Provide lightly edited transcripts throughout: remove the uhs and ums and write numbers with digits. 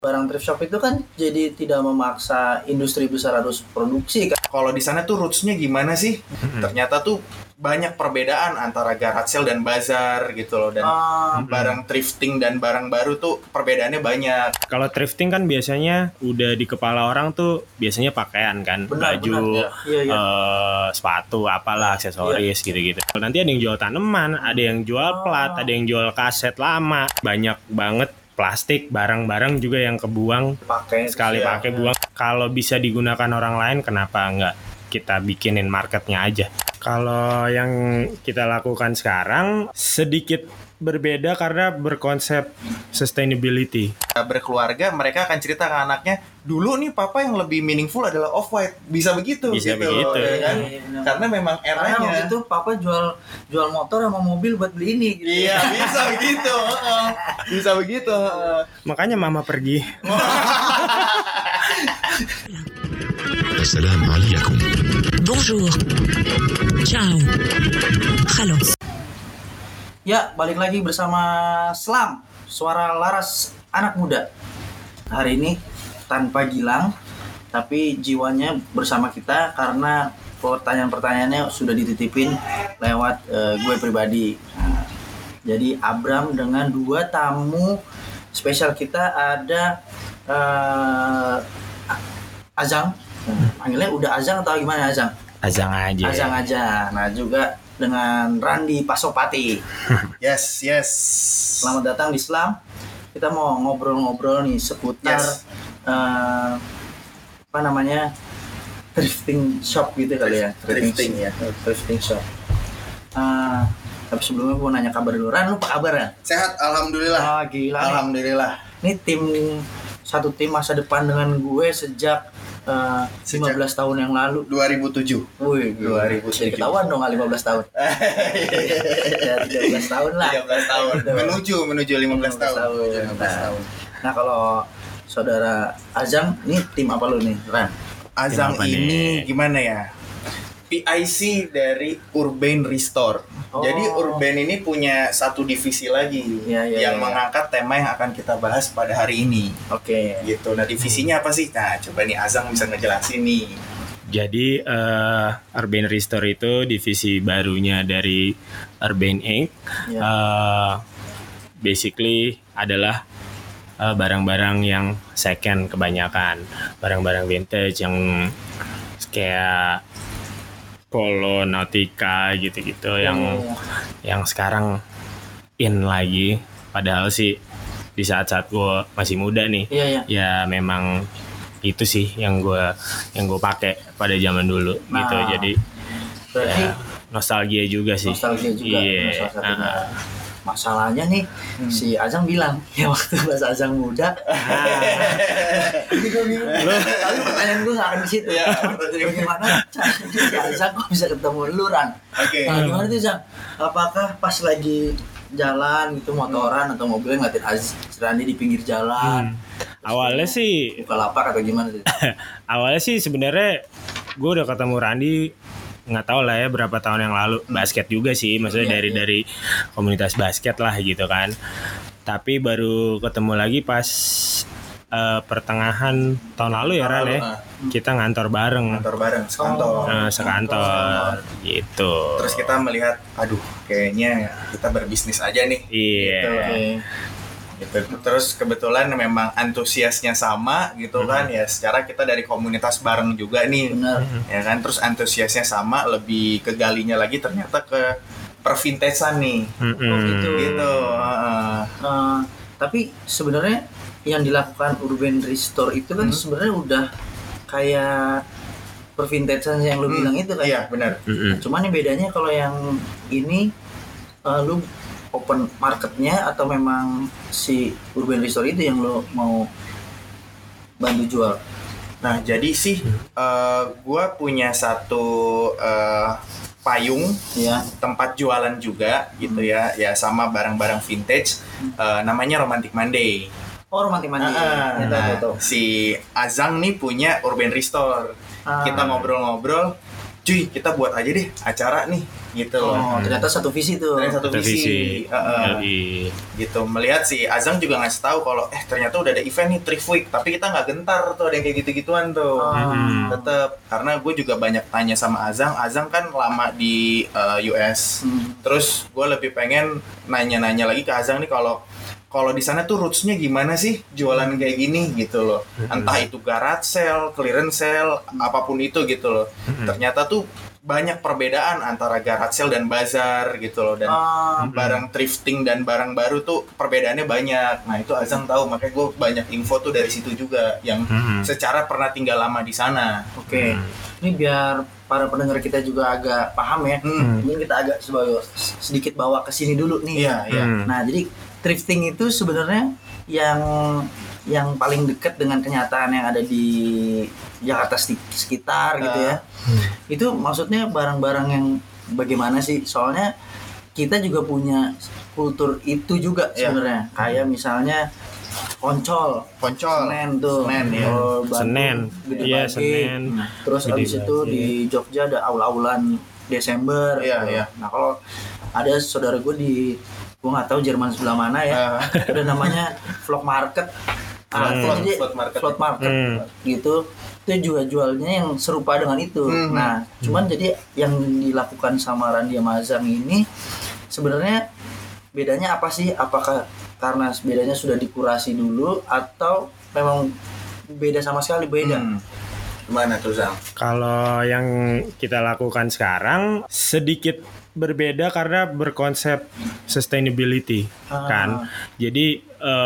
Barang thrift shop itu kan jadi tidak memaksa industri besar harus produksi kan. Kalau di sana tuh roots-nya gimana sih? Ternyata tuh banyak perbedaan antara garage sale dan bazar gitu loh. Dan barang thrifting dan barang baru tuh perbedaannya banyak. Kalau thrifting kan biasanya udah di kepala orang tuh biasanya pakaian kan, Benar, baju, Iya. sepatu, apalah, aksesoris gitu-gitu. Nanti ada yang jual tanaman, ada yang jual plat, ada yang jual kaset lama, banyak banget plastik, barang-barang juga yang kebuang sekali pakai buang. Kalau bisa digunakan orang lain, kenapa enggak kita bikinin marketnya aja? Kalau yang kita lakukan sekarang sedikit berbeda karena berkonsep sustainability. Berkeluarga, mereka akan cerita ke anaknya, dulu nih papa yang lebih meaningful adalah off-white. Bisa begitu. Bisa begitu. Ya kan? Karena memang Karena eranya. waktu itu papa jual motor sama mobil buat beli ini gitu. Iya, bisa begitu. Bisa begitu. Makanya mama pergi. Assalamualaikum. Bonjour. Ciao. Halo. Ya, balik lagi bersama Slam, suara laras anak muda. Hari ini tanpa Gilang, tapi jiwanya bersama kita karena pertanyaan-pertanyaannya sudah dititipin lewat gue pribadi. Nah, jadi Abram dengan dua tamu spesial kita ada Azang. Panggilnya udah Azang atau gimana Azang? Azang aja. Azang aja. Nah, juga dengan Randi Pasopati. Yes. Selamat datang di Islam. Kita mau ngobrol-ngobrol nih seputar thrifting shop gitu kali ya. Thrifting shop. Tapi sebelumnya gue mau nanya kabar dulu. Ran, lu apa kabar ya? Sehat, alhamdulillah. Gila. Alhamdulillah. Ini satu tim masa depan dengan gue sejak 15 tahun yang lalu. 2007. Wih, 2007. Jadi ketahuan dong 15 tahun. Ya, 13 tahun lah. 13 tahun. Menuju 15 tahun. Nah, kalau saudara Azang, ini tim apa lu nih, Ran? Azang Kenapa ini nih? gimana ya? PIC dari Urban Restore. Oh. Jadi Urban ini punya satu divisi lagi yang mengangkat tema yang akan kita bahas pada hari ini. Oke. Gitu. Nah, divisinya apa sih? Nah, coba nih Azang bisa ngejelasin nih. Jadi Urban Restore itu divisi barunya dari Urban Inc. Basically adalah barang-barang yang second kebanyakan, barang-barang vintage yang kayak Polo, Nautica gitu-gitu yang sekarang in lagi. Padahal sih di saat-saat gue masih muda nih, ya memang itu sih yang gue pakai pada zaman dulu gitu. Jadi berarti nostalgia juga sih. Iya. Masalahnya nih si Azang bilang ya waktu pas Azang muda. Jadi gue bingung. Tapi pertanyaan gue nggak akan di situ. Bagaimana si Azang kok bisa ketemu lu, Ran? Oke. Nah, gimana tuh Azang? Apakah pas lagi jalan gitu motoran atau mobilnya ngeliatin Randi di pinggir jalan? Awalnya sih Bukalapak atau gimana tuh? Awalnya sih sebenarnya gue udah ketemu Randi nggak tahu lah ya berapa tahun yang lalu, basket juga sih, maksudnya dari komunitas basket lah gitu kan. Tapi baru ketemu lagi pas pertengahan tahun lalu ya Ran ya, kita ngantor bareng sekantor gitu. Terus kita melihat, aduh kayaknya kita berbisnis aja nih. Iya. Gitu. Terus kebetulan memang antusiasnya sama gitu kan ya, secara kita dari komunitas bareng juga nih. Benar. Ya kan, terus antusiasnya sama, lebih kegalinya lagi ternyata ke pervintagean nih. Gitu. Tapi sebenarnya yang dilakukan Urban Restore itu kan sebenarnya udah kayak pervintagean yang lu bilang itu kan. Iya, benar. Cuman yang bedanya kalau yang ini lu open marketnya atau memang si Urban Restore itu yang lo mau bantu jual? Nah, jadi sih gue punya satu payung, tempat jualan juga gitu ya sama barang-barang vintage, namanya Romantic Monday. Oh, Romantic Monday. Si Azang nih punya Urban Restore. Kita ngobrol-ngobrol, cuy kita buat aja deh acara nih gitu loh. Ternyata satu visi tuh. Ternyata satu visi. Gitu. Melihat si Azang juga ngasih tahu kalau ternyata udah ada event nih Thrift Week, tapi kita nggak gentar tuh ada yang kayak gitu-gituan tuh. Tetap karena gue juga banyak tanya sama Azang kan lama di US. Terus gue lebih pengen nanya-nanya lagi ke Azang nih kalau di sana tuh roots-nya gimana sih jualan kayak gini gitu loh. Entah itu garage sale, clearance sale, apapun itu gitu loh. Ternyata tuh banyak perbedaan antara garage sale dan bazar gitu loh. Dan barang thrifting dan barang baru tuh perbedaannya banyak. Nah itu Azang tahu, makanya gue banyak info tuh dari situ juga yang secara pernah tinggal lama di sana. Oke. Ini biar para pendengar kita juga agak paham ya. Mungkin kita agak sedikit bawa ke sini dulu nih. Iya. Nah, jadi thrifting itu sebenarnya yang paling dekat dengan kenyataan yang ada di Jakarta sekitar gitu ya. Itu maksudnya barang-barang yang bagaimana sih? Soalnya kita juga punya kultur itu juga sebenarnya. Kayak misalnya Poncol, Senen tuh. Senen. Iya, Senen. Terus habis itu di Jogja ada aul-aulan Desember. Iya. Nah, kalau ada saudara gue gue nggak tahu Jerman sebelah mana ya, ada namanya Vlog Market. Float market gitu. Itu juga jualnya yang serupa dengan itu. Nah, cuman jadi yang dilakukan sama Randy sama Azang ini sebenarnya bedanya apa sih? Apakah karena bedanya sudah dikurasi dulu atau memang beda sama sekali beda? Gimana tuh Zang? Kalau yang kita lakukan sekarang sedikit berbeda karena berkonsep sustainability kan. Jadi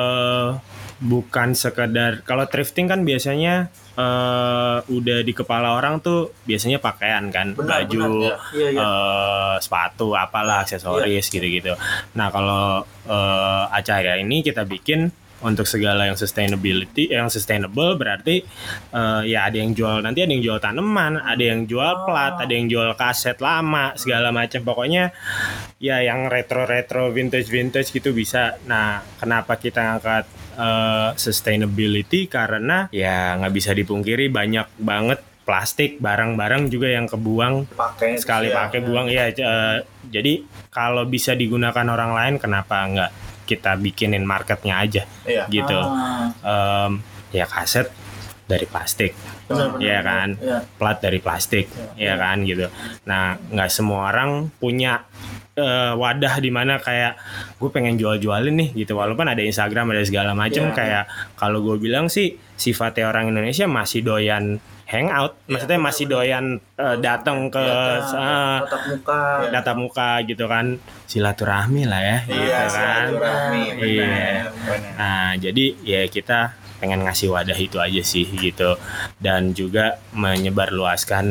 bukan sekedar, kalau thrifting kan biasanya udah di kepala orang tuh biasanya pakaian kan, baju, sepatu, apalah, aksesoris gitu-gitu. Nah kalau acara ini kita bikin untuk segala yang sustainable berarti ya ada yang jual, nanti ada yang jual tanaman, ada yang jual plat, ada yang jual kaset lama, segala macam, pokoknya ya yang retro vintage gitu bisa. Nah kenapa kita ngangkat sustainability, karena ya nggak bisa dipungkiri banyak banget plastik, barang-barang juga yang kebuang sekali pakai buang ya. Jadi kalau bisa digunakan orang lain, kenapa nggak kita bikinin marketnya aja gitu. Ya kaset dari plastik, ya kan, plat dari plastik, ya kan gitu. Nah nggak semua orang punya wadah di mana kayak gue pengen jualin nih gitu, walaupun ada Instagram ada segala macam. Kayak kalau gue bilang sih sifatnya orang Indonesia masih doyan hangout, maksudnya masih doyan datang ke tatap muka gitu kan, silaturahmi lah ya, kan. Nah jadi ya kita pengen ngasih wadah itu aja sih gitu, dan juga menyebarluaskan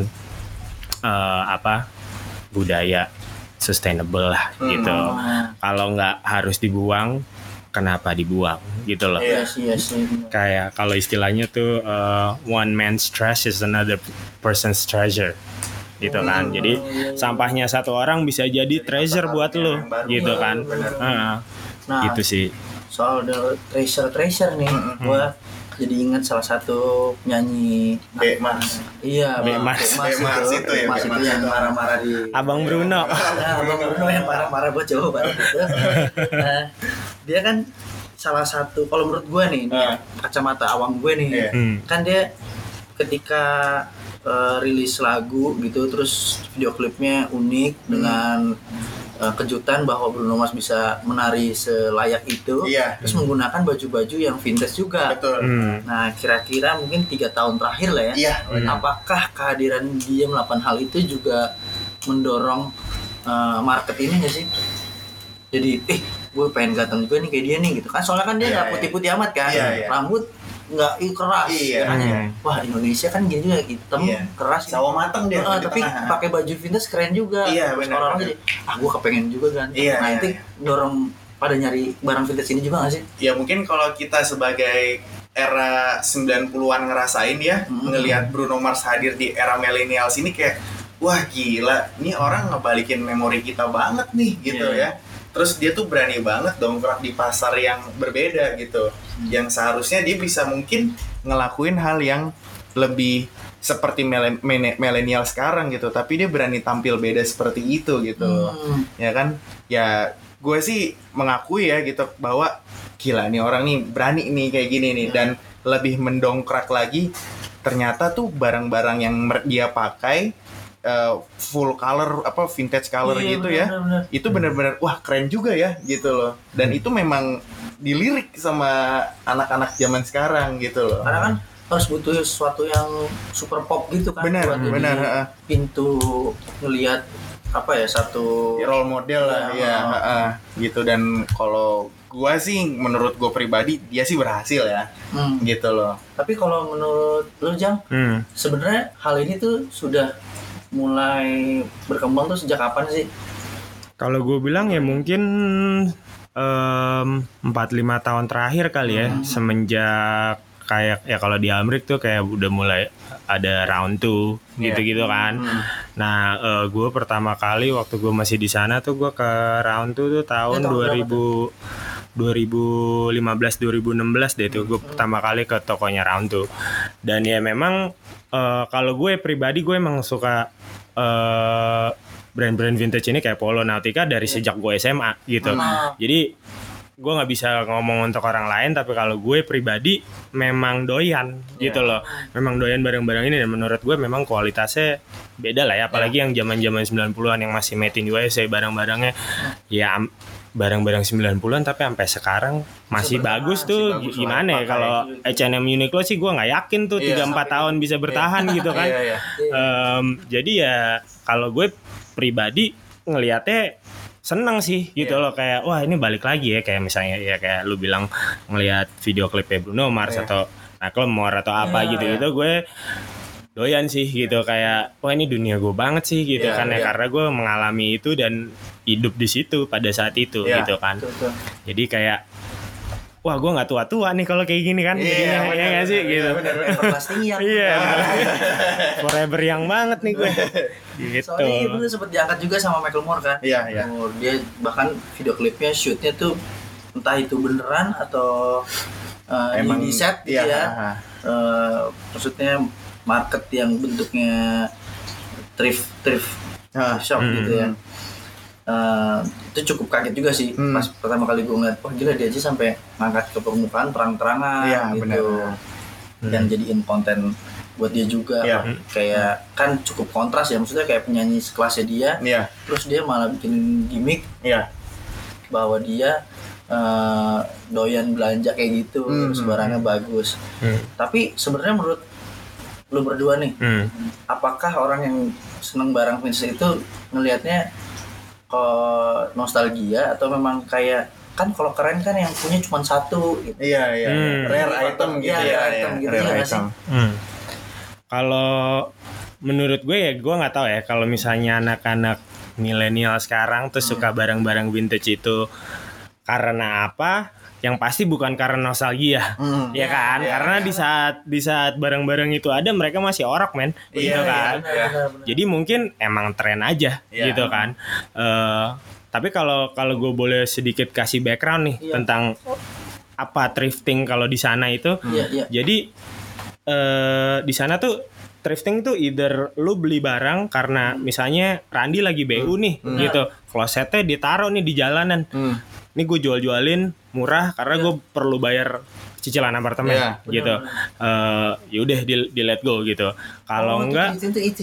budaya sustainable lah gitu. Kalau nggak harus dibuang, kenapa dibuang gitu loh. Iya sih. Kayak kalau istilahnya tuh one man's trash is another person's treasure gitu kan. Jadi sampahnya satu orang bisa jadi treasure buat lo gitu kan. Nah gitu sih. Soal treasure nih, gua jadi ingat salah satu penyanyi Bekmas. Iya, Bekmas itu yang marah-marah di Abang Bruno. Abang Bruno yang marah-marah buat Jawa Barat itu. Dia kan salah satu, kalau menurut gue nih, kacamata awam gue nih, kan dia ketika rilis lagu gitu, terus video klipnya unik dengan kejutan bahwa Bruno Mars bisa menari selayak itu, terus menggunakan baju-baju yang vintage juga. Nah kira-kira mungkin 3 tahun terakhir lah ya, apakah kehadiran dia melakukan hal itu juga mendorong market ini nggak sih? Jadi gue pengen ganteng juga nih kayak dia nih gitu kan, soalnya kan dia nggak putih-putih amat kan, rambut nggak keras, wah Indonesia kan gini juga hitam keras, sawo mateng dia, tapi pakai baju vintage keren juga, orang jadi gue kepengen juga kan. Nah itu dorong pada nyari barang vintage ini juga nggak sih? Ya mungkin kalau kita sebagai era 90-an ngerasain ya, ngelihat Bruno Mars hadir di era millennials ini kayak wah gila, nih orang ngebalikin memori kita banget nih gitu ya. Terus dia tuh berani banget dongkrak di pasar yang berbeda gitu, yang seharusnya dia bisa mungkin ngelakuin hal yang lebih seperti milenial sekarang gitu, tapi dia berani tampil beda seperti itu gitu. Ya kan? Ya gue sih mengakui ya gitu bahwa gila nih orang nih berani nih kayak gini nih, dan lebih mendongkrak lagi ternyata tuh barang-barang yang dia pakai full color apa vintage color gitu ya. Bener. Itu benar-benar wah keren juga ya gitu loh. Dan itu memang dilirik sama anak-anak zaman sekarang gitu loh. Karena kan harus butuh sesuatu yang super pop gitu kan. Benar, buat jadi benar. pintu ngelihat apa ya, satu Role model lah ya, gitu. Dan kalau gua sih menurut gua pribadi dia sih berhasil ya. Gitu loh. Tapi kalau menurut lu Jang, sebenarnya hal ini tuh sudah mulai berkembang tuh sejak kapan sih? Kalau gue bilang ya mungkin 4-5 tahun terakhir kali ya, semenjak kayak ya kalau di Amerika tuh kayak udah mulai ada round 2 gitu-gitu kan. Nah, gue pertama kali waktu gue masih di sana tuh gue ke round 2 tuh tahun 2015-2016 deh tuh gue pertama kali ke tokonya round 2. Dan ya memang kalau gue pribadi gue emang suka brand-brand vintage ini kayak Polo Nautica dari sejak gue SMA gitu. Jadi gue nggak bisa ngomong untuk orang lain, tapi kalau gue pribadi memang doyan gitu loh. Memang doyan barang-barang ini, dan menurut gue memang kualitasnya beda lah ya. Apalagi yang zaman-zaman 90-an yang masih made in USA barang-barangnya. Ya barang-barang 90-an tapi sampai sekarang masih bagus tuh. Gimana ya kalau H&M Uniqlo sih gue nggak yakin tuh 3-4 tahun bisa bertahan gitu kan. Jadi ya kalau gue pribadi ngelihatnya seneng sih gitu loh, kayak wah ini balik lagi ya, kayak misalnya ya kayak lu bilang ngelihat video klipnya Bruno Mars atau Macklemore atau apa gitu gue doyan sih gitu, kayak wah ini dunia gue banget sih gitu kan ya, karena gue mengalami itu dan hidup di situ pada saat itu gitu kan. Jadi kayak wah gue nggak tua-tua nih kalau kayak gini kan, jadinya ya nggak sih gitu. Forever young banget nih gue. Gitu. Soalnya itu sempat diangkat juga sama Macklemore kan. Dia bahkan video klipnya shootnya tuh entah itu beneran atau emang di set gitu ya. Maksudnya market yang bentuknya thrift shop gitu ya. Itu cukup kaget juga sih pas pertama kali gue ngeliat, wah gila dia aja sampai ngangkat ke permukaan terang-terangan gitu. Dan jadiin konten buat dia juga. Kayak kan cukup kontras ya, maksudnya kayak penyanyi sekelasnya dia, terus dia malah bikin gimmick bahwa dia doyan belanja kayak gitu, terus barangnya bagus. Tapi sebenarnya menurut lu berdua nih, apakah orang yang seneng barang vintage itu ngelihatnya nostalgia atau memang kayak kan kalau keren kan yang punya cuma satu gitu. Rare item gitu rare item. Kalau menurut gue ya gue nggak tahu ya, kalau misalnya anak-anak milenial sekarang tuh suka barang-barang vintage itu karena apa? Yang pasti bukan karena nostalgia, ya kan? Karena di saat barang-barang itu ada, mereka masih orok men, gitu kan? Jadi mungkin emang tren aja, gitu kan? Tapi kalau gue boleh sedikit kasih background nih tentang apa thrifting kalau di sana itu, jadi di sana tuh thrifting tuh either lu beli barang karena misalnya Randi lagi BU nih, gitu, klosetnya ditaruh nih di jalanan. Ini gue jual-jualin murah karena gue perlu bayar cicilan apartemen gitu. Ya udah di let go gitu. Kalau enggak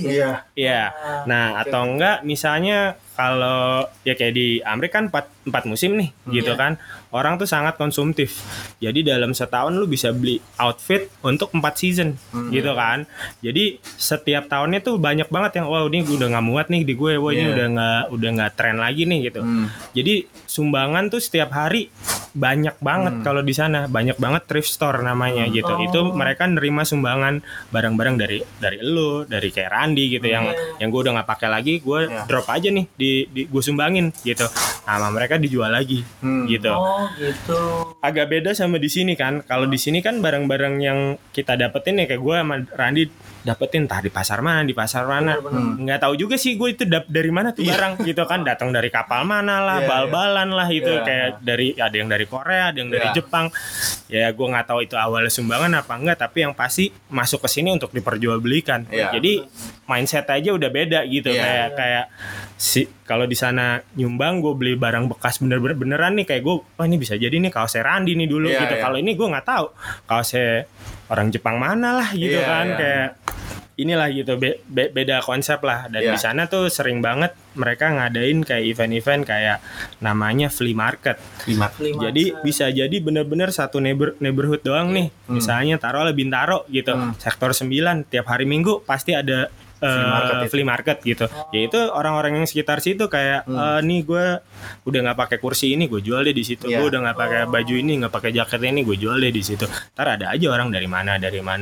Nah, atau enggak misalnya kalau ya kayak di Amerika kan 4 musim nih gitu kan. Orang tuh sangat konsumtif. Jadi dalam setahun lu bisa beli outfit untuk 4 season gitu kan. Jadi setiap tahunnya tuh banyak banget yang wow ini gue udah gak muat nih di gue. Wah ini udah gak tren lagi nih gitu. Jadi sumbangan tuh setiap hari banyak banget kalau di sana, banyak banget thrift store namanya gitu. Itu mereka nerima sumbangan barang-barang dari elu, dari kayak Randi gitu yang gue udah nggak pakai lagi, gue drop aja nih gue sumbangin gitu. Sama mereka dijual lagi gitu. Oh gitu. Agak beda sama di sini kan. Kalau di sini kan barang-barang yang kita dapetin ya kayak gue sama Randi dapetin entah di pasar mana nggak tahu juga sih gue itu dari mana tuh barang gitu kan, datang dari kapal mana lah, bal-balan lah itu kayak dari ada yang dari Korea, ada yang dari Jepang ya, gue nggak tahu itu awalnya sumbangan apa enggak, tapi yang pasti masuk ke sini untuk diperjualbelikan. Jadi mindset aja udah beda gitu. Kayak kalau di sana nyumbang gue beli barang bekas beneran nih, kayak gue ini bisa jadi nih kaosnya Randi nih dulu gitu. Kalau ini gue nggak tahu kaosnya orang Jepang mana lah gitu kan. Kayak inilah gitu, beda konsep lah. Dan di sana tuh sering banget mereka ngadain kayak event-event kayak namanya flea market. Jadi bisa jadi bener-bener satu neighborhood doang nih. Misalnya taruhlah Bintaro gitu, sektor 9, tiap hari Minggu pasti ada flea market gitu. Yaitu orang-orang yang sekitar situ kayak nih gue udah nggak pakai kursi ini, gue jual deh di situ. Gue udah nggak pakai baju ini, nggak pakai jaket ini, gue jual deh di situ. Ntar ada aja orang dari mana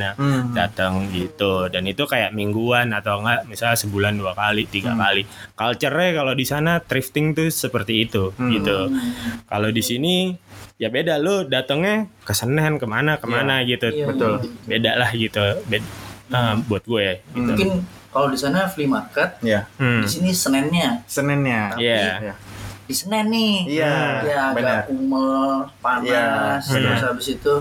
datang gitu. Dan itu kayak mingguan atau enggak misalnya sebulan 2 kali 3 kali. Culture-nya kalau di sana thrifting tuh seperti itu gitu. Kalau di sini ya beda, lu datangnya ke Senen kemana gitu. Betul, beda lah gitu. Buat gue gitu. Mungkin kalau di sana flea market, di sini Senennya. Tapi di Senen nih, ya agak umel, panas, terus habis itu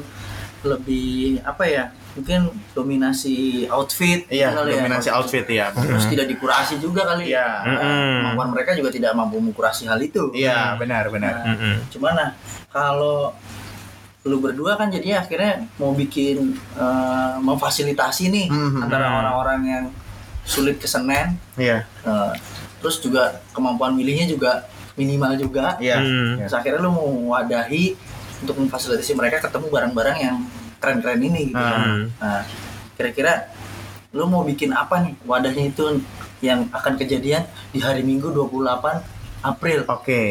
lebih apa ya? Mungkin dominasi outfit, outfit ya. Terus tidak dikurasi juga kali. Kemampuan mereka juga tidak mampu mengkurasi hal itu. Iya, benar. Cuman kalau lu berdua kan jadinya akhirnya mau bikin memfasilitasi nih antara orang-orang yang sulit ke Senen. Terus juga kemampuan milihnya juga minimal juga. Terus akhirnya lu mau wadahi untuk memfasilitasi mereka ketemu barang-barang yang keren-keren ini gitu. Nah, kira-kira lu mau bikin apa nih wadahnya itu yang akan kejadian di hari Minggu 28 April?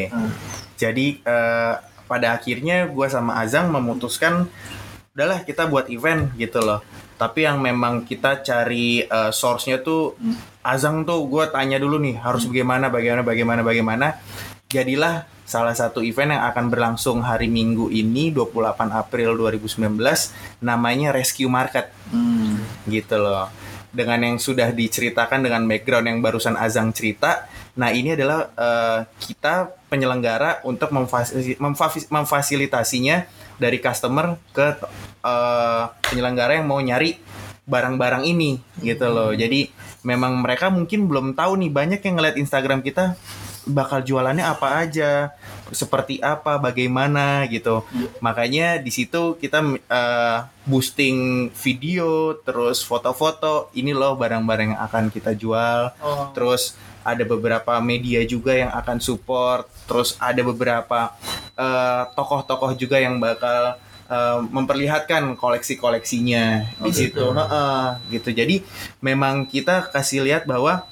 Jadi pada akhirnya gue sama Azang memutuskan udahlah kita buat event gitu loh. Tapi yang memang kita cari source-nya tuh Azang tuh gue tanya dulu nih harus bagaimana. Jadilah salah satu event yang akan berlangsung hari Minggu ini 28 April 2019 namanya Rescue Market. Gitu loh. Dengan yang sudah diceritakan dengan background yang barusan Azang cerita. Nah ini adalah kita penyelenggara untuk memfasilitasinya dari customer ke penyelenggara yang mau nyari barang-barang ini gitu loh. Jadi memang mereka mungkin belum tahu nih, banyak yang ngeliat Instagram kita bakal jualannya apa aja, seperti apa, bagaimana gitu. Makanya di situ kita boosting video, terus foto-foto, ini loh barang-barang yang akan kita jual. Terus ada beberapa media juga yang akan support, terus ada beberapa tokoh-tokoh juga yang bakal memperlihatkan koleksi-koleksinya di situ. Gitu. Jadi memang kita kasih lihat bahwa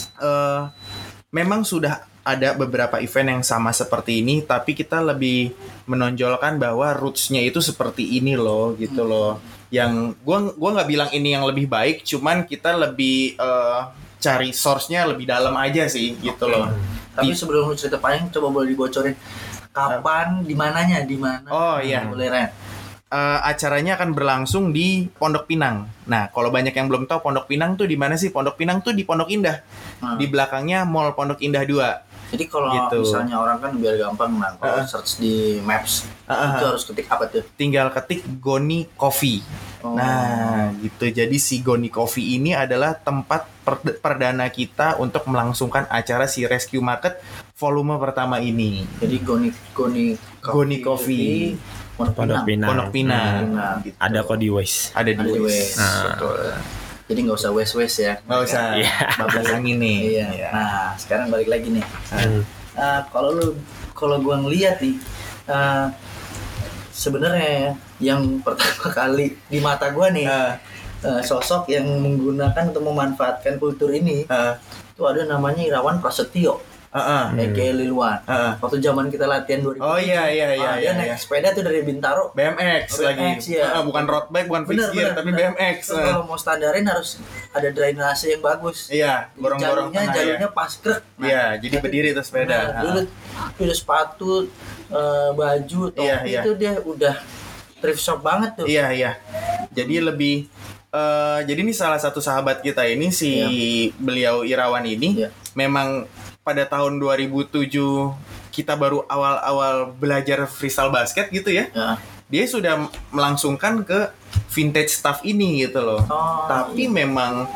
memang sudah ada beberapa event yang sama seperti ini, tapi kita lebih menonjolkan bahwa roots-nya itu seperti ini loh, gitu loh. Yang gua nggak bilang ini yang lebih baik, cuman kita lebih cari source-nya lebih dalam aja sih, gitu loh. Tapi sebelum lu cerita panjang, coba boleh dibocorin kapan, di mananya, di mana? Oh iya. Boleh, Ren. Acaranya akan berlangsung di Pondok Pinang. Nah, kalau banyak yang belum tahu Pondok Pinang tuh di mana sih? Pondok Pinang tuh di Pondok Indah. Di belakangnya Mall Pondok Indah 2. Jadi kalau misalnya orang kan biar gampang, kalau search di Maps itu harus ketik apa tuh? Tinggal ketik Goni Coffee. Nah, gitu. Jadi si Goni Coffee ini adalah tempat perdana kita untuk melangsungkan acara si Rescue Market volume pertama ini. Jadi Goni Coffee. Pondok Pinang. Gitu. Ada kok di Waze. Ada di Waze. Betul. Jadi nggak usah wes ya. Nggak usah. Bablas angin nih. Iya. Nah, sekarang balik lagi nih. Kalau gua ngeliat nih, sebenarnya yang pertama kali di mata gua nih, sosok yang menggunakan atau memanfaatkan kultur ini, itu ada namanya Irawan Prasetyo. Kayak Lilwan. Waktu zaman kita latihan 2000. Oh iya. Dia naik sepeda tuh dari Bintaro. BMX lagi. Ya. Bukan road bike, bukan fixed gear, tapi BMX. Kalau mau standarin harus ada drainase yang bagus. Iya, gorong-gorong tengah. Jalurnya pas krek. Iya, jadi berdiri tuh sepeda. Dulu udah sepatu, baju, topi itu dia udah thrift shop banget tuh. Iya. Jadi lebih jadi ini salah satu sahabat kita ini beliau Irawan ini memang pada tahun 2007 kita baru awal-awal belajar freestyle basket gitu ya. Dia sudah melangsungkan ke vintage stuff ini gitu loh. Tapi memang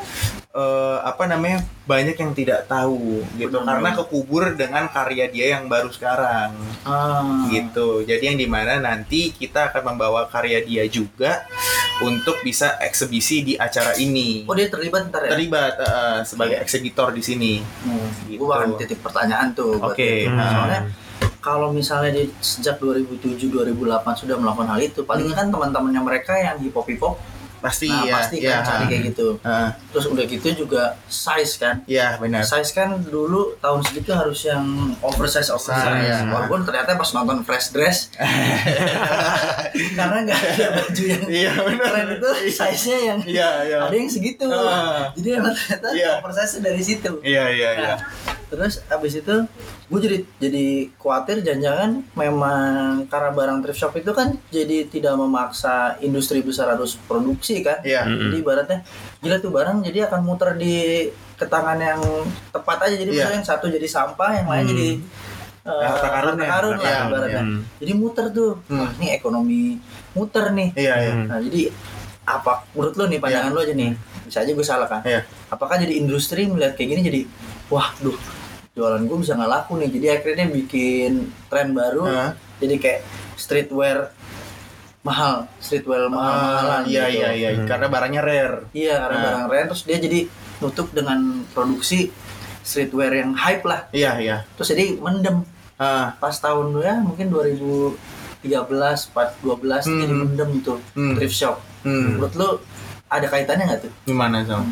banyak yang tidak tahu gitu karena kekubur dengan karya dia yang baru sekarang gitu. Jadi yang dimana nanti kita akan membawa karya dia juga untuk bisa eksebisi di acara ini. Oh, dia terlibat ntar ya? Terlibat sebagai eksibitor di sini. Gitu. Gue akan titip pertanyaan tuh. Oke. Soalnya kalau misalnya di sejak 2007-2008 sudah melakukan hal itu, paling kan teman-temannya mereka yang hip hop pasti kan cari kayak gitu. Terus udah gitu juga size kan. Iya, benar. Size kan dulu tahun segitu harus yang oversize. Walaupun ternyata pas nonton Fresh Dress karena nggak ada baju yang keren itu size-nya yang ada yang segitu. Jadi emang ternyata oversize dari situ. Iya. Terus abis itu gue jadi khawatir jangan-jangan memang karena barang thrift shop itu kan jadi tidak memaksa industri besar harus produksi kan. Jadi ibaratnya gila tuh barang jadi akan muter di ke tangan yang tepat aja. Jadi misalnya yang satu jadi sampah, yang lain jadi harta karun lah ibaratnya. Jadi muter tuh. Wah, ini ekonomi muter nih. Nah, jadi apa menurut lo nih pandangan lo aja nih. Bisa aja gue salah kan. Apakah jadi industri melihat kayak gini jadi wah jualan gue bisa nggak laku nih, jadi akhirnya bikin tren baru, jadi kayak streetwear mahal-mahalan. Iya, karena barangnya rare. Iya, karena barang rare, terus dia jadi nutup dengan produksi streetwear yang hype lah. Iya. Terus jadi mendem. Pas tahun mungkin 2013, 12 jadi mendem tuh thrift shop. Menurut lu ada kaitannya nggak tuh? Gimana Sam?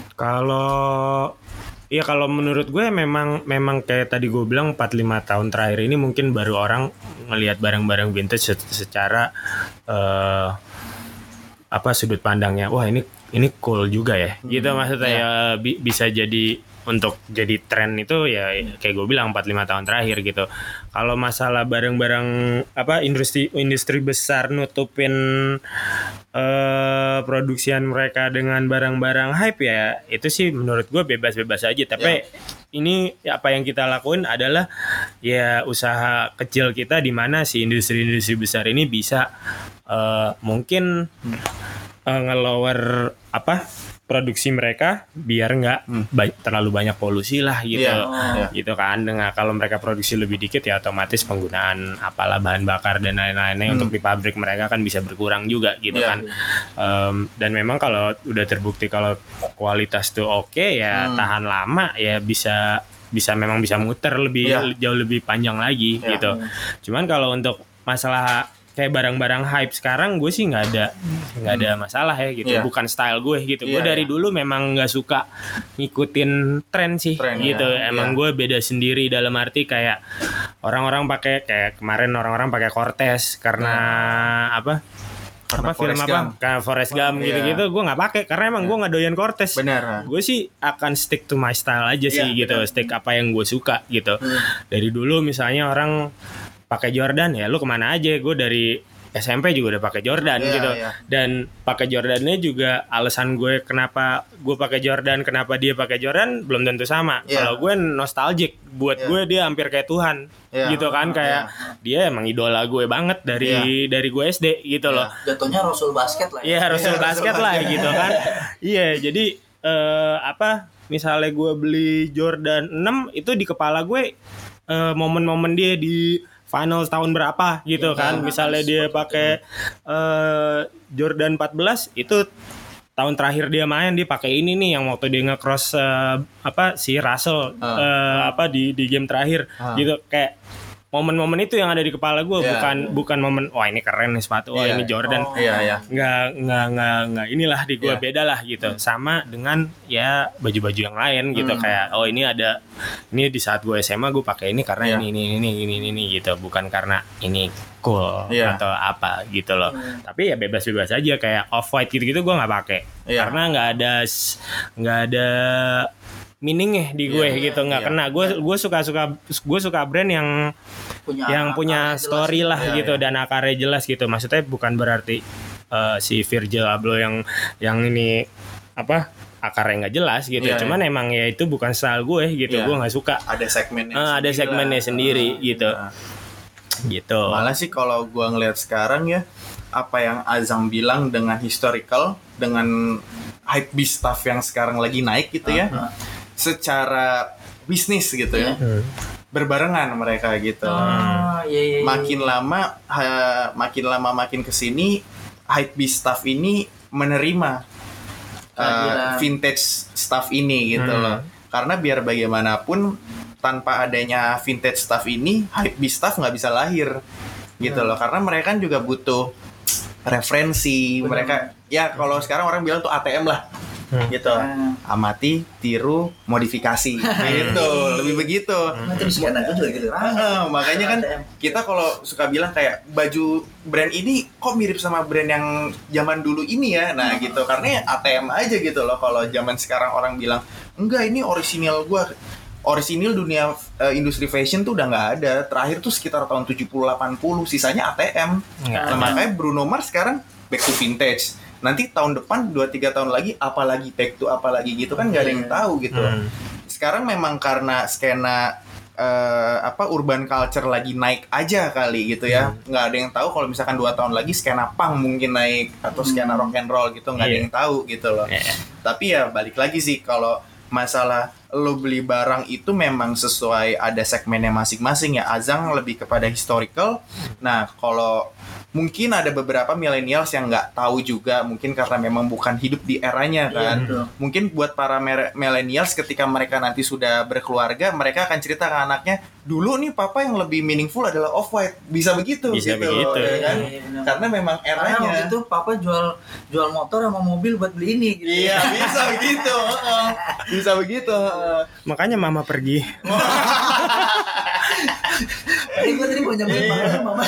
Kalau menurut gue memang kayak tadi gue bilang 4-5 tahun terakhir ini mungkin baru orang ngelihat barang-barang vintage secara sudut pandangnya. Wah, ini cool juga ya. Gitu maksudnya ya bisa jadi untuk jadi tren itu ya kayak gue bilang 4-5 tahun terakhir gitu. Kalau masalah barang-barang industri besar nutupin produksian mereka dengan barang-barang hype ya itu sih menurut gue bebas-bebas aja. Tapi ini apa yang kita lakuin adalah ya usaha kecil kita di mana si industri-industri besar ini bisa mungkin ngelower produksi mereka biar nggak terlalu banyak polusi lah gitu. Gitu kan. Dengan kalau mereka produksi lebih dikit ya otomatis penggunaan bahan bakar dan lain-lainnya untuk di pabrik mereka kan bisa berkurang juga gitu kan. Dan memang kalau udah terbukti kalau kualitas tuh ya tahan lama ya bisa memang bisa muter jauh lebih panjang lagi gitu. Cuman kalau untuk masalah kayak barang-barang hype sekarang gue sih nggak ada masalah ya gitu. Bukan style gue gitu. Gue dari dulu memang nggak suka ngikutin tren sih gitu. Emang gue beda sendiri dalam arti kayak orang-orang pakai kayak kemarin orang-orang pakai Cortez karena film kayak Forrest Gump gitu-gitu gue nggak pakai karena emang gue nggak doyan Cortez. Gue sih akan stick to my style aja sih gitu. Stick apa yang gue suka gitu. Dari dulu misalnya orang pakai Jordan ya lu kemana aja, gue dari SMP juga udah pakai Jordan gitu. Dan pakai Jordannya juga alasan gue kenapa gue pakai Jordan, kenapa dia pakai Jordan belum tentu sama. Kalau gue nostalgic buat gue dia hampir kayak Tuhan gitu kan, kayak dia emang idola gue banget dari gue SD gitu loh. Jatuhnya Rasul basket lah. Iya, Rasul basket lah gitu kan. Iya, jadi misalnya gue beli Jordan 6 itu di kepala gue momen-momen dia di finals tahun berapa gitu kan. Misalnya dia pakai Jordan 14 itu tahun terakhir dia main dia pakai ini nih yang waktu dia nge-cross si Russell di game terakhir gitu. Kayak momen-momen itu yang ada di kepala gue, bukan momen wah ini keren nih sepatu, wah ini Jordan. Nggak inilah di gue beda lah gitu. Sama dengan ya baju-baju yang lain gitu, kayak oh ini di saat gue SMA gue pakai ini karena ini gitu, bukan karena ini cool atau apa gitu loh. Tapi ya bebas-bebas aja, kayak off white gitu-gitu gue nggak pakai karena nggak ada meaningnya di gue gitu, nggak kena. Gue suka brand yang punya story lah gitu dan akarnya jelas gitu. Maksudnya bukan berarti si Virgil Abloh yang ini apa akarnya nggak jelas gitu. Cuman emang ya itu bukan style gue gitu. Gue nggak suka. Ada segmennya sendiri gitu. Gitu. Malah sih kalau gue ngelihat sekarang ya, apa yang Azam bilang dengan historical, dengan hypebeast stuff yang sekarang lagi naik gitu ya, secara bisnis gitu ya, berbarengan mereka gitu. Makin lama makin kesini, hypebeast stuff ini menerima vintage stuff ini gitu loh. Karena biar bagaimanapun tanpa adanya vintage stuff ini, hypebeast stuff nggak bisa lahir gitu loh. Karena mereka kan juga butuh referensi. Mereka ya kalau sekarang orang bilang tuh ATM lah gitu, amati, tiru, modifikasi gitu, lebih begitu. Makanya kan kita kalau suka bilang kayak baju brand ini kok mirip sama brand yang zaman dulu ini ya, nah gitu, karena ATM aja gitu loh. Kalau zaman sekarang orang bilang enggak ini orisinil gua, orisinil dunia industri fashion tuh udah nggak ada. Terakhir tuh sekitar tahun 70-80, sisanya ATM. Nah, makanya Bruno Mars sekarang back to vintage. Nanti tahun depan 2-3 tahun lagi apalagi back to apalagi gitu kan nggak ada yang tahu gitu. Sekarang memang karena skena urban culture lagi naik aja kali gitu ya. Nggak ada yang tahu kalau misalkan 2 tahun lagi skena punk mungkin naik atau skena rock and roll gitu, nggak ada yang tahu gitu loh. Tapi ya balik lagi sih, kalau masalah lo beli barang itu memang sesuai ada segmennya masing-masing ya. Azang lebih kepada historical. Nah kalau mungkin ada beberapa millennials yang nggak tahu juga, mungkin karena memang bukan hidup di eranya kan. Mungkin buat para millennials ketika mereka nanti sudah berkeluarga, mereka akan cerita ke anaknya, dulu nih papa yang lebih meaningful adalah off-white. Bisa begitu gitu ya kan? Karena memang eranya. Karena waktu itu papa jual motor sama mobil buat beli ini gitu. Iya bisa begitu. Bisa begitu. Makanya mama pergi. Tadi mau nyampein makanya mama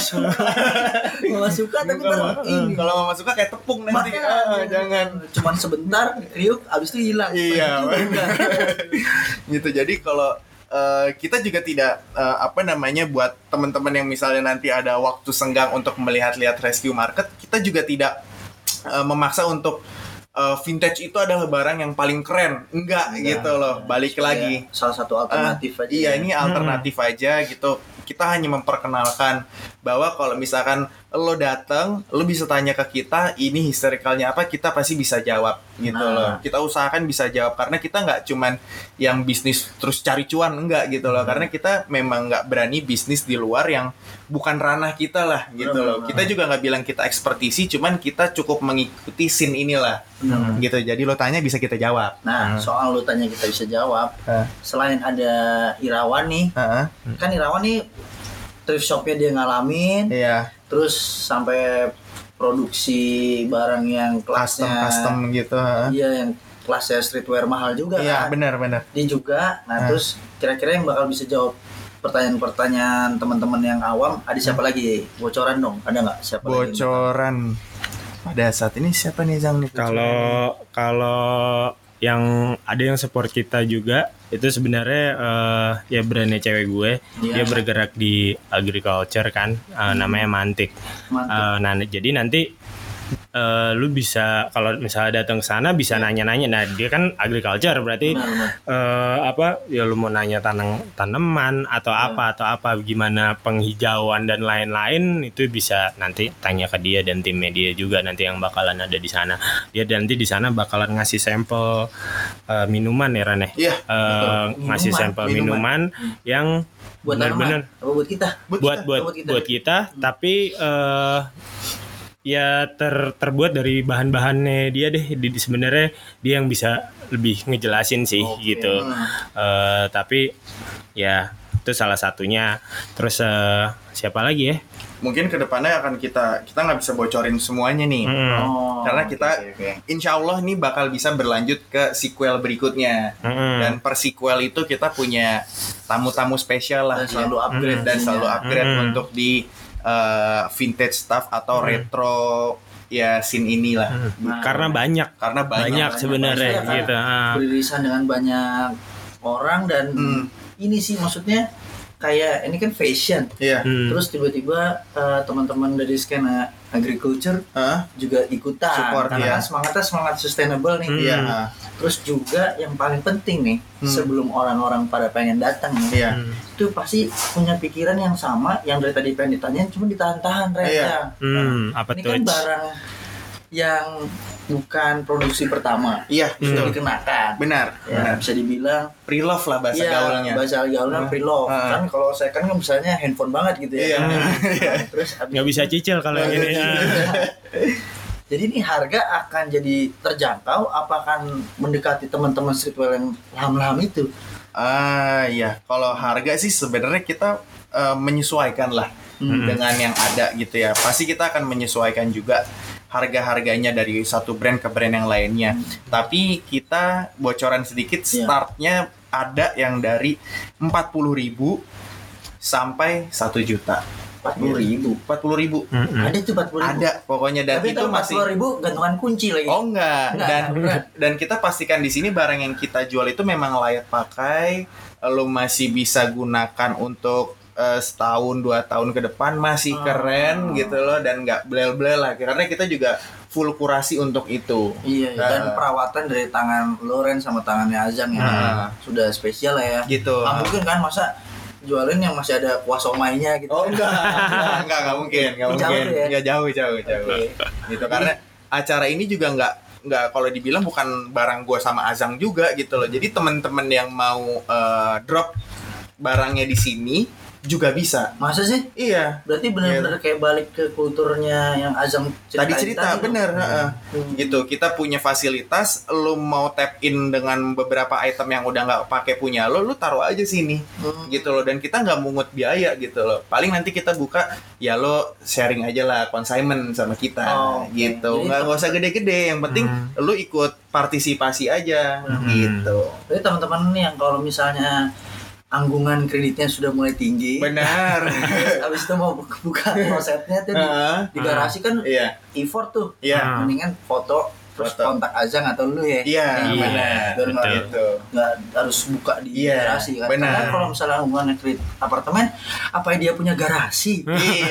suka tapi ini. Kalau mama suka kayak tepung nanti. Jangan. Cuman sebentar kriuk abis itu hilang. Iya. Gitu. Jadi kalau kita juga tidak buat teman-teman yang misalnya nanti ada waktu senggang untuk melihat-lihat rescue market, kita juga tidak memaksa untuk vintage itu adalah barang yang paling keren. Enggak gitu loh. Balik lagi. Salah satu alternatif aja. Iya, ini alternatif aja gitu. Kita hanya memperkenalkan bahwa kalau misalkan lo datang, lo bisa tanya ke kita ini historicalnya apa, kita pasti bisa jawab gitu loh. Kita usahakan bisa jawab karena kita nggak cuman yang bisnis terus cari cuan, enggak gitu loh. Karena kita memang nggak berani bisnis di luar yang bukan ranah kita lah gitu loh. Kita juga nggak bilang kita ekspertisi, cuman kita cukup mengikuti scene inilah gitu. Jadi lo tanya bisa kita jawab. Nah soal lo tanya kita bisa jawab, selain ada Irawan nih, kan Irawan nih thrift shopnya dia ngalamin, terus sampai produksi barang yang kelasnya custom gitu. Iya, yang kelasnya streetwear mahal juga. Iya, kan? benar. Dia juga. Nah, terus kira-kira yang bakal bisa jawab pertanyaan-pertanyaan teman-teman yang awam, ada siapa lagi? Bocoran dong, ada nggak siapa lagi? Bocoran. Pada saat ini siapa nih Zang nih? Kalau yang ada yang support kita juga itu sebenarnya ya brandnya cewek gue, dia bergerak di agriculture kan, namanya Mantik. Nah jadi nanti lu bisa kalau misalnya datang ke sana bisa nanya-nanya. Nah dia kan agriculture berarti ya lu mau nanya tanaman atau apa gimana penghijauan dan lain-lain, itu bisa nanti tanya ke dia dan timnya dia juga nanti yang bakalan ada di sana. Dia nanti di sana bakalan ngasih sampel minuman ya Rane. Ngasih sampel minuman yang benar-benar buat kita. Buat kita tapi ya terbuat dari bahan-bahannya dia deh. Sebenarnya dia yang bisa lebih ngejelasin sih gitu. Tapi ya Itu salah satunya. Terus siapa lagi ya? Mungkin kedepannya akan kita nggak bisa bocorin semuanya nih. Karena kita insya Allah nih bakal bisa berlanjut ke sequel berikutnya. Dan per sequel itu kita punya tamu-tamu spesial lah. Dan selalu upgrade. Dan selalu upgrade untuk di vintage stuff atau retro ya scene inilah. Karena banyak sebenarnya gitu. Beririsan dengan banyak orang dan ini sih maksudnya kayak ini kan fashion. Terus tiba-tiba teman-teman dari skena agriculture juga ikutan. Support, karena kan semangat sustainable nih. Terus juga yang paling penting nih, sebelum orang-orang pada pengen datang nih, itu pasti punya pikiran yang sama, yang dari tadi pengen ditanyain cuma ditahan-tahan Apa ini tuh? kan barang yang bukan produksi pertama. Sudah dikenakan. Benar. Bisa dibilang Pre-love lah bahasa gaulnya. Bahasa gaulnya pre-love. Kan kalau saya kan misalnya handphone banget gitu ya. Terus nggak bisa cicil kalau yang ini. Jadi ini harga akan jadi terjangkau, apa akan mendekati teman-teman streetwear yang laham-laham itu? Ya, kalau harga sih sebenarnya kita menyesuaikan lah dengan yang ada gitu ya. Pasti kita akan menyesuaikan juga harga-harganya dari satu brand ke brand yang lainnya. Tapi kita bocoran sedikit, startnya ada yang dari 40.000 sampai 1 juta. 40.000. 40.000. Ada tuh 40.000. Ada pokoknya, dan tapi itu masih 40.000 gantungan kunci lagi. Oh enggak. Dan kita pastikan di sini barang yang kita jual itu memang layak pakai, lo masih bisa gunakan untuk setahun 2 tahun ke depan, masih keren gitu loh, dan nggak blel-blel lah, karena kita juga full kurasi untuk itu. Dan perawatan dari tangan Loren sama tangannya Azang ya sudah spesial lah ya. Gitu. Nggak mungkin kan masa jualin yang masih ada kuah somainya gitu. Oh enggak mungkin. Nggak jauh. Okay. Gitu, karena acara ini juga nggak kalau dibilang bukan barang gua sama Azang juga gitu loh. Jadi teman-teman yang mau drop barangnya di sini juga bisa. Masa sih? Iya. Berarti benar-benar kayak balik ke kulturnya yang Azam tadi cerita bener. Gitu, kita punya fasilitas, lu mau tap in dengan beberapa item yang udah nggak pakai punya lu taruh aja sini. Gitu loh, dan kita nggak mungut biaya gitu loh. Paling nanti kita buka ya lo sharing aja lah consignment sama kita gitu. Nggak usah gede-gede, yang penting lu ikut partisipasi aja gitu. Jadi teman-teman nih yang kalau misalnya anggungan kreditnya sudah mulai tinggi. Benar. Habis itu mau buka klosetnya tuh di garasi kan effort tuh. Mendingan foto terus kontak Azang atau lu ya. Benar. Biar nggak harus buka di garasi kan. Karena kalau misalnya hubungan kredit apartemen, apa dia punya garasi?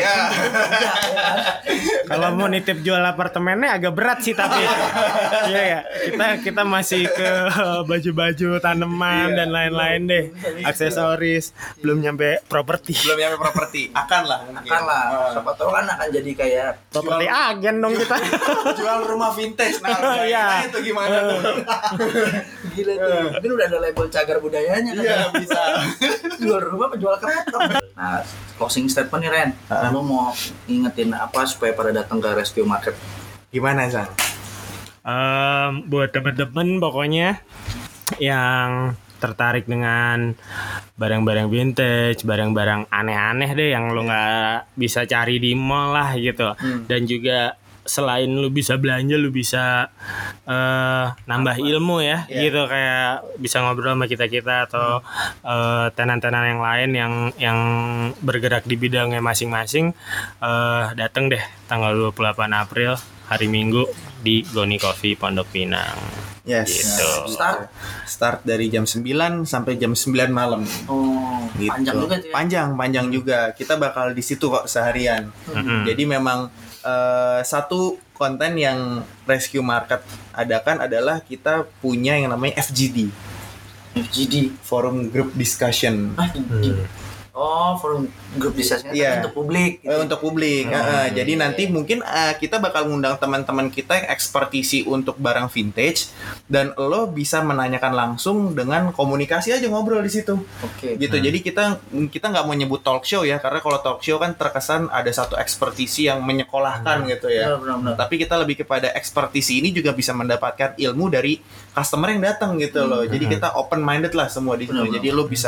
Kalau mau nitip jual apartemennya agak berat sih, tapi iya ya, kita masih ke baju-baju, tanaman dan lain-lain deh, aksesoris, belum nyampe properti. Akan lah. Siapa tahu kan akan jadi kayak properti agen dong kita. Jual rumah vintage. Itu gimana tuh? Gila tuh. Mungkin udah ada label cagar budayanya kan. Bisa. Jual rumah apa jual kereta? Nah, closing statement nih Ren. Lu mau ingetin apa supaya pada datang ke Rescue Market? Gimana, Zang? Buat teman-teman pokoknya yang tertarik dengan barang-barang vintage, barang-barang aneh-aneh deh yang lu nggak bisa cari di mall lah gitu. Dan juga selain lu bisa belanja, lu bisa nambah ilmu ya, gitu, kayak bisa ngobrol sama kita atau tenan-tenan yang lain yang bergerak di bidangnya masing-masing. Datang deh tanggal 28 April hari Minggu di Goni Coffee Pondok Pinang. Gitu. Start dari jam 9 sampai jam 9 malam. Gitu. Panjang juga tuh ya? Panjang juga. Kita bakal di situ kok seharian. Jadi memang satu konten yang Rescue Market adakan adalah kita punya yang namanya FGD, Forum Group Discussion. Forum Group Discussion untuk publik gitu. Untuk publik. Jadi nanti mungkin kita bakal ngundang teman-teman kita yang ekspertisi untuk barang vintage, dan lo bisa menanyakan langsung dengan komunikasi aja, ngobrol di situ. Gitu. Jadi kita nggak mau nyebut talk show ya, karena kalau talk show kan terkesan ada satu ekspertisi yang menyekolahkan gitu ya. Benar. Tapi kita lebih kepada ekspertisi ini juga bisa mendapatkan ilmu dari customer yang datang gitu loh. Jadi kita open minded lah semua di situ. Jadi lo bisa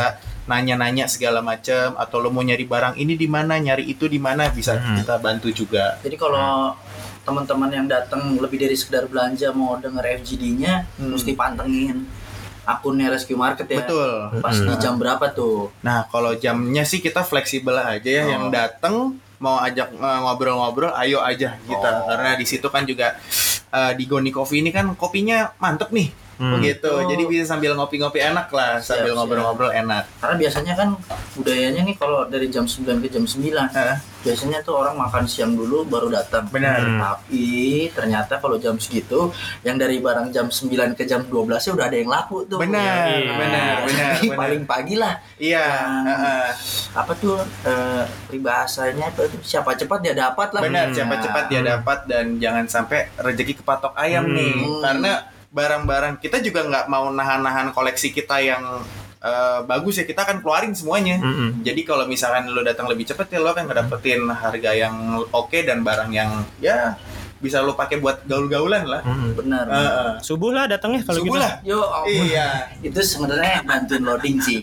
nanya-nanya segala macam, atau lo mau nyari barang ini di mana, nyari itu di mana, bisa kita bantu juga. Jadi kalau teman-teman yang datang lebih dari sekedar belanja mau denger FGD-nya, mesti pantengin akunnya Rescue Market ya. Betul. Pas di jam berapa tuh? Nah, kalau jamnya sih kita fleksibel aja ya. Yang datang mau ajak ngobrol-ngobrol, ayo aja kita. Karena di situ kan juga di Goni Coffee ini kan kopinya mantep nih. Begitu. Jadi bisa sambil ngopi-ngopi enak lah, sambil ngobrol-ngobrol enak. Karena biasanya kan budayanya nih kalau dari jam 9 ke jam 9. Biasanya tuh orang makan siang dulu baru datang. Benar. Tapi ternyata kalau jam segitu yang dari barang jam 9 ke jam 12 ya udah ada yang laku tuh. Benar. Jadi paling pagi lah. Iya. Apa tuh peribahasanya apa tuh? Siapa cepat dia dapat lah. Benar, siapa cepat dia dapat, dan jangan sampai rezeki kepatok ayam nih. Karena barang-barang kita juga nggak mau nahan-nahan koleksi kita yang bagus ya, kita akan keluarin semuanya. Jadi kalau misalkan lo datang lebih cepat ya lo akan ngedapetin harga yang oke dan barang yang ya bisa lo pakai buat gaul-gaulan lah. Benar. Subuh lah datangnya kalau Subuh gitu. lah. Yo, Iya. itu sebenarnya bantuin loading sih.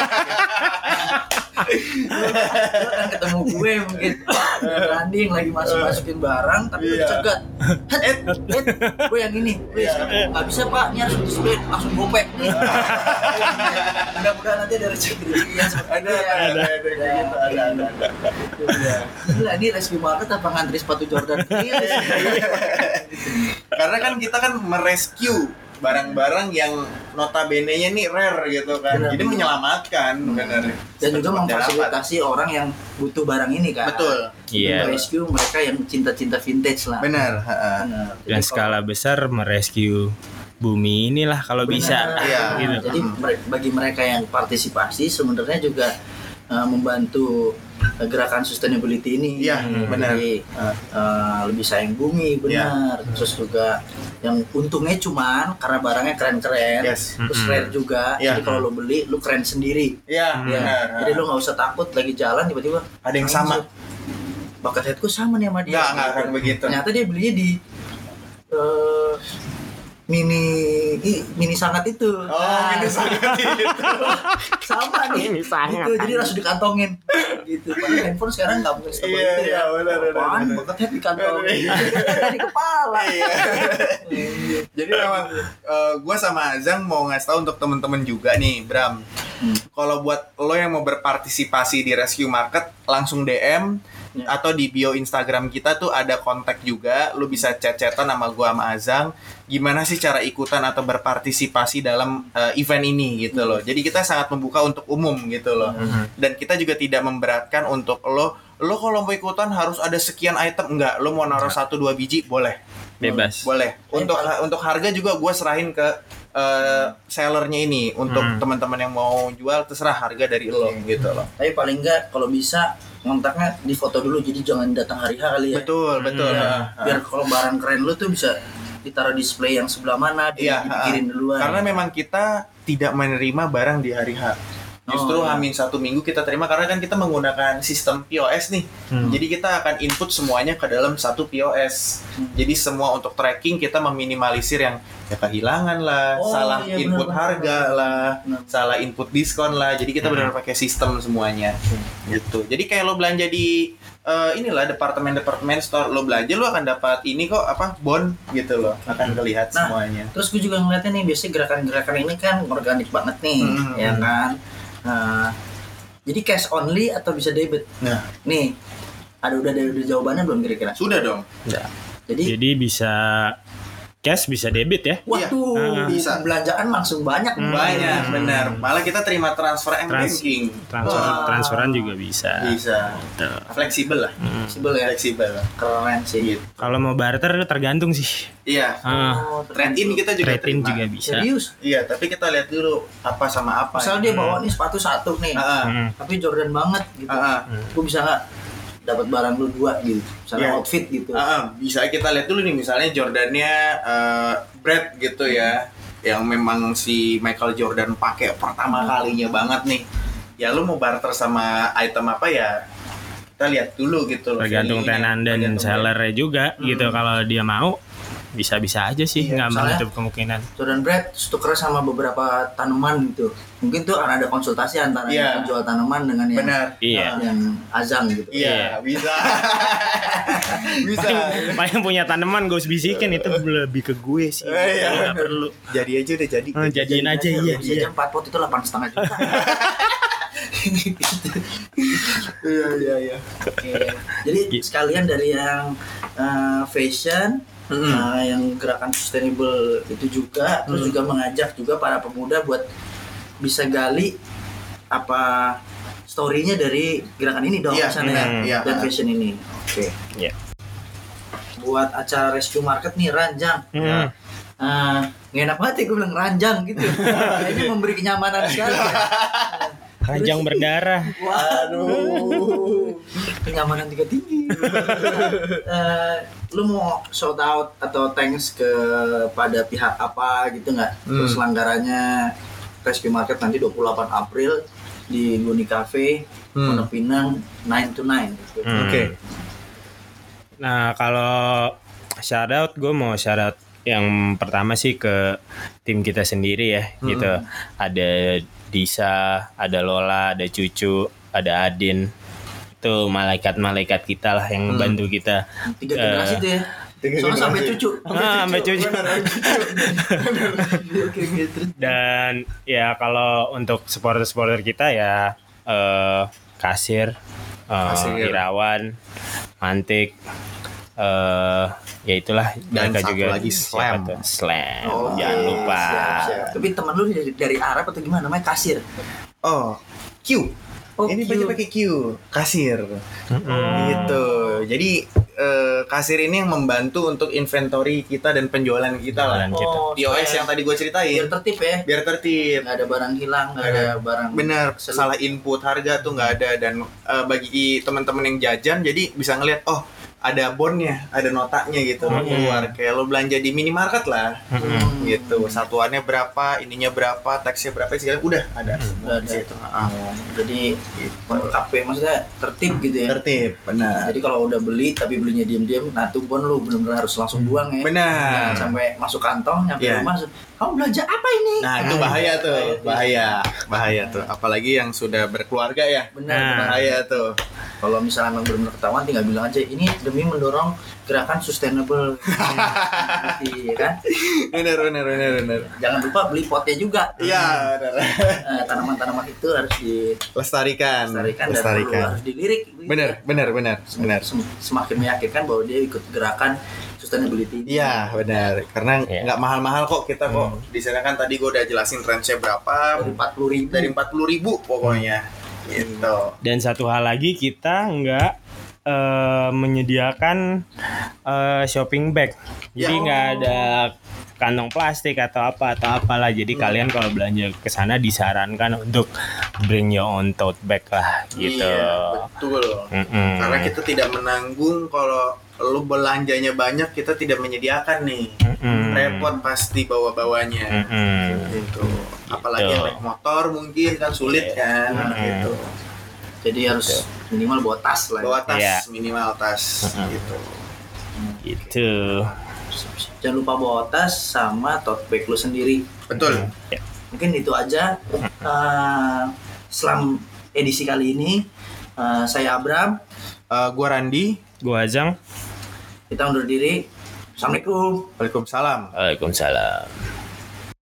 Lu kan ketemu gue mungkin Randy yang lagi masukin barang tapi lu cegat. Gue yang ini, please. Nggak bisa pak, ini harus display langsung gopek. Mudah-mudahan nanti ada rezeki yang Ada. Gila, ini Rescue Market apa ngantri sepatu Jordan? Karena kan kita kan merescue barang-barang yang notabene-nya nih rare gitu kan. Benar. Jadi menyelamatkan benar. Dan juga memfasilitasi orang yang butuh barang ini kan. Betul. Iya. Rescue mereka yang cinta-cinta vintage lah. Benar, Benar. Dan Jadi skala besar merescue bumi inilah kalau bisa. Iya. Gitu. Jadi bagi mereka yang partisipasi sebenarnya juga membantu gerakan sustainability ini. Iya, benar. Jadi lebih sayang bumi, benar. Terus juga yang untungnya cuman karena barangnya keren-keren, Yes. terus rare juga. Iya. Jadi kalau lo beli, lo keren sendiri. Iya, Ya. benar. Jadi lo nggak usah takut lagi jalan tiba-tiba Ada yang sama. Bucket hatku sama nih sama dia. Nggak akan begitu. Ternyata dia belinya di mini sangat itu. Ini sangat itu. Sama nih. Mini sangat. Gitu, jadi langsung dikantongin. Gitu. Padahal handphone sekarang nggak mungkin setebal Iya, itu ya. iya, benar. Apaan? Bucket hat dikantongin. Di kepala. Iya. Jadi memang gue sama Azang mau ngasih tahu untuk temen-temen juga nih, Bram. Kalau buat lo yang mau berpartisipasi di Rescue Market, langsung DM atau di bio Instagram kita tuh ada kontak juga. Lo bisa chat-chatan sama gue sama Azang. Gimana sih cara ikutan atau berpartisipasi dalam event ini gitu loh. Jadi kita sangat membuka untuk umum gitu loh. Dan kita juga tidak memberatkan untuk lo kalau mau ikutan harus ada sekian item. Enggak, lo mau naruh 1-2 biji boleh. Bebas. Boleh. Untuk harga juga gue serahin ke sellernya ini. Untuk teman-teman yang mau jual terserah harga dari lo gitu loh. Tapi paling enggak kalau bisa kontaknya di foto dulu, jadi jangan datang hari H kali ya. Betul. Ya, biar kalau barang keren lu tuh bisa ditaruh display yang sebelah mana, dipikirin duluan. Karena memang kita tidak menerima barang di hari H. Justru Hamin 1 minggu kita terima, karena kan kita menggunakan sistem POS nih. Jadi kita akan input semuanya ke dalam satu POS. Jadi semua untuk tracking kita meminimalisir yang ya kehilangan lah, salah input harga lah, salah input diskon lah. Jadi kita benar-benar pakai sistem semuanya. Gitu. Jadi kayak lo belanja di inilah departemen store, lo belanja lo akan dapat ini kok bond gitu loh, akan terlihat semuanya. Terus gue juga ngeliatnya nih, biasanya gerakan-gerakan ini kan organik banget nih, ya kan. Jadi cash only atau bisa debit? Nah, nih udah jawabannya belum kira-kira? sudah dong. Jadi bisa cash bisa debit ya. waduh, bisa. belanjaan langsung banyak. Banyak, benar. Malah kita terima transfer banking. Transferan juga bisa. Bisa. Fleksibel lah. Fleksibel. Keren sih. Gitu. Kalau mau barter tergantung sih. Iya. Trade-in kita juga Trade-in terima. juga bisa. Serius? Iya, tapi kita lihat dulu apa sama apa. Misalnya dia bawa nih sepatu satu nih, tapi Jordan banget gitu. Gue bisa nggak dapat barang lu 2 gitu, misalnya outfit gitu. Bisa kita lihat dulu nih, misalnya Jordannya Brad gitu ya, yang memang si Michael Jordan pakai pertama kalinya banget nih. Ya lu mau barter sama item apa ya? Kita lihat dulu gitu loh. Tergantung tenan dan sellernya juga gitu. Kalau dia mau bisa aja sih, Iya, nggak soalnya- menutup kemungkinan. Jordan Brand tuker sama beberapa tanaman gitu. Mungkin tuh akan ada konsultasi antara Iya. yang penjual tanaman dengan yang Benar. Iya. yang azang gitu. Iya, bisa. Bisa. Paling punya tanaman gue usah bisikin, itu lebih ke gue sih. Iya. Nggak perlu. Jadi aja udah jadi. Jadiin aja, iya. Bisa aja 4 pot itu 8,5 juta. Iya. Oke. Jadi sekalian dari yang fashion, yang gerakan sustainable itu juga, terus juga mengajak juga para pemuda buat bisa gali apa story-nya dari gerakan ini dong, Iya, misalnya iya. dan fashion ini. Oke. Iya. Buat acara rescue market nih ranjang. Hmm. Nggak enak banget ya gue bilang ranjang gitu. Kayaknya memberi kenyamanan sekali. Ya. Ranjang berdarah. Waduh, kenyamanan tingkat tinggi. Lu mau shout out atau thanks kepada pihak apa gitu nggak? Terus langgarannya Rescue Market nanti 28 April di Guni Cafe, Pondok Pinang 9 to 9. Gitu. Oke. Nah, kalau shout out, gue mau shout out yang pertama sih ke tim kita sendiri ya, gitu. Ada Disa, ada Lola, ada Cucu, ada Adin. Itu malaikat-malaikat kita lah yang membantu kita. 3 generasi tuh ya. Soalnya sampai cucu. Sampai cucu. Oke, terus. Dan ya kalau untuk supporter-supporter kita ya kasir, Irawan, Mantik, ya itulah. Dan mereka satu juga lagi siapa Slam. tuh? Slam. Oh, Jangan lupa. siap. Tapi teman lu dari Arab atau gimana? Namanya kasir. Oh, Q. Oh, Ini Q. baca pakai Q, kasir. Gitu. Jadi kasir ini yang membantu untuk inventory kita dan penjualan kita lah. Penjualan kita. POS yang tadi gue biar ceritain. tertib ya. Biar tertib. Nggak ada barang hilang, nggak ada barang. Bener, salah input harga tuh nggak ada. Dan bagi teman-teman yang jajan, jadi bisa ngeliat, oh ada bonnya, ada notanya gitu keluar. Kayak lo belanja di minimarket lah, gitu. Satuannya berapa, ininya berapa, teksnya berapa, segala udah ada. Nggak ada itu. Jadi lengkap ya, maksudnya tertib gitu ya. Tertib, benar. Jadi kalau udah beli tapi belinya diam-diam, nah tuh bon lu benar-benar harus langsung buang ya. Benar. Jangan sampai masuk kantong, nyampe Iya. rumah, kamu belanja apa ini? Nah itu bahaya tuh, bahaya tuh. Apalagi yang sudah berkeluarga ya, Benar. bahaya tuh. Kalau misalnya memang benar-benar ketahuan, tinggal bilang aja ini demi mendorong gerakan sustainable, ya kan? Benar. Jangan lupa beli potnya juga. Iya, benar. Tanaman-tanaman itu harus dilestarikan Lestarikan. dan perlu harus dilirik. Benar. Semakin meyakinkan bahwa dia ikut gerakan sustainability. Iya, benar. Karena Iya. nggak mahal-mahal kok kita kok. Di sana kan tadi gue udah jelasin range-nya berapa. Dari 40.000. Dari 40.000 pokoknya. Gitu. Dan satu hal lagi, kita nggak menyediakan shopping bag. Jadi nggak ada kantong plastik atau apalah. Jadi kalian kalau belanja ke sana disarankan untuk bring your own tote bag lah gitu. Iya, betul. Karena kita tidak menanggung kalau lu belanjanya banyak, kita tidak menyediakan nih. Repot pasti bawa-bawanya. Gitu. Apalagi yang naik motor mungkin kan sulit kan. Gitu. Jadi harus minimal bawa tas lah. Bawa tas, Iya. minimal tas gitu. Gitu. Jangan lupa bawa tas sama tote bag lu sendiri. Betul. Mungkin itu aja Selam edisi kali ini. Saya Abram. Gua Randi. Gua Ajang. Kita undur diri. Assalamualaikum. Waalaikumsalam. Waalaikumsalam.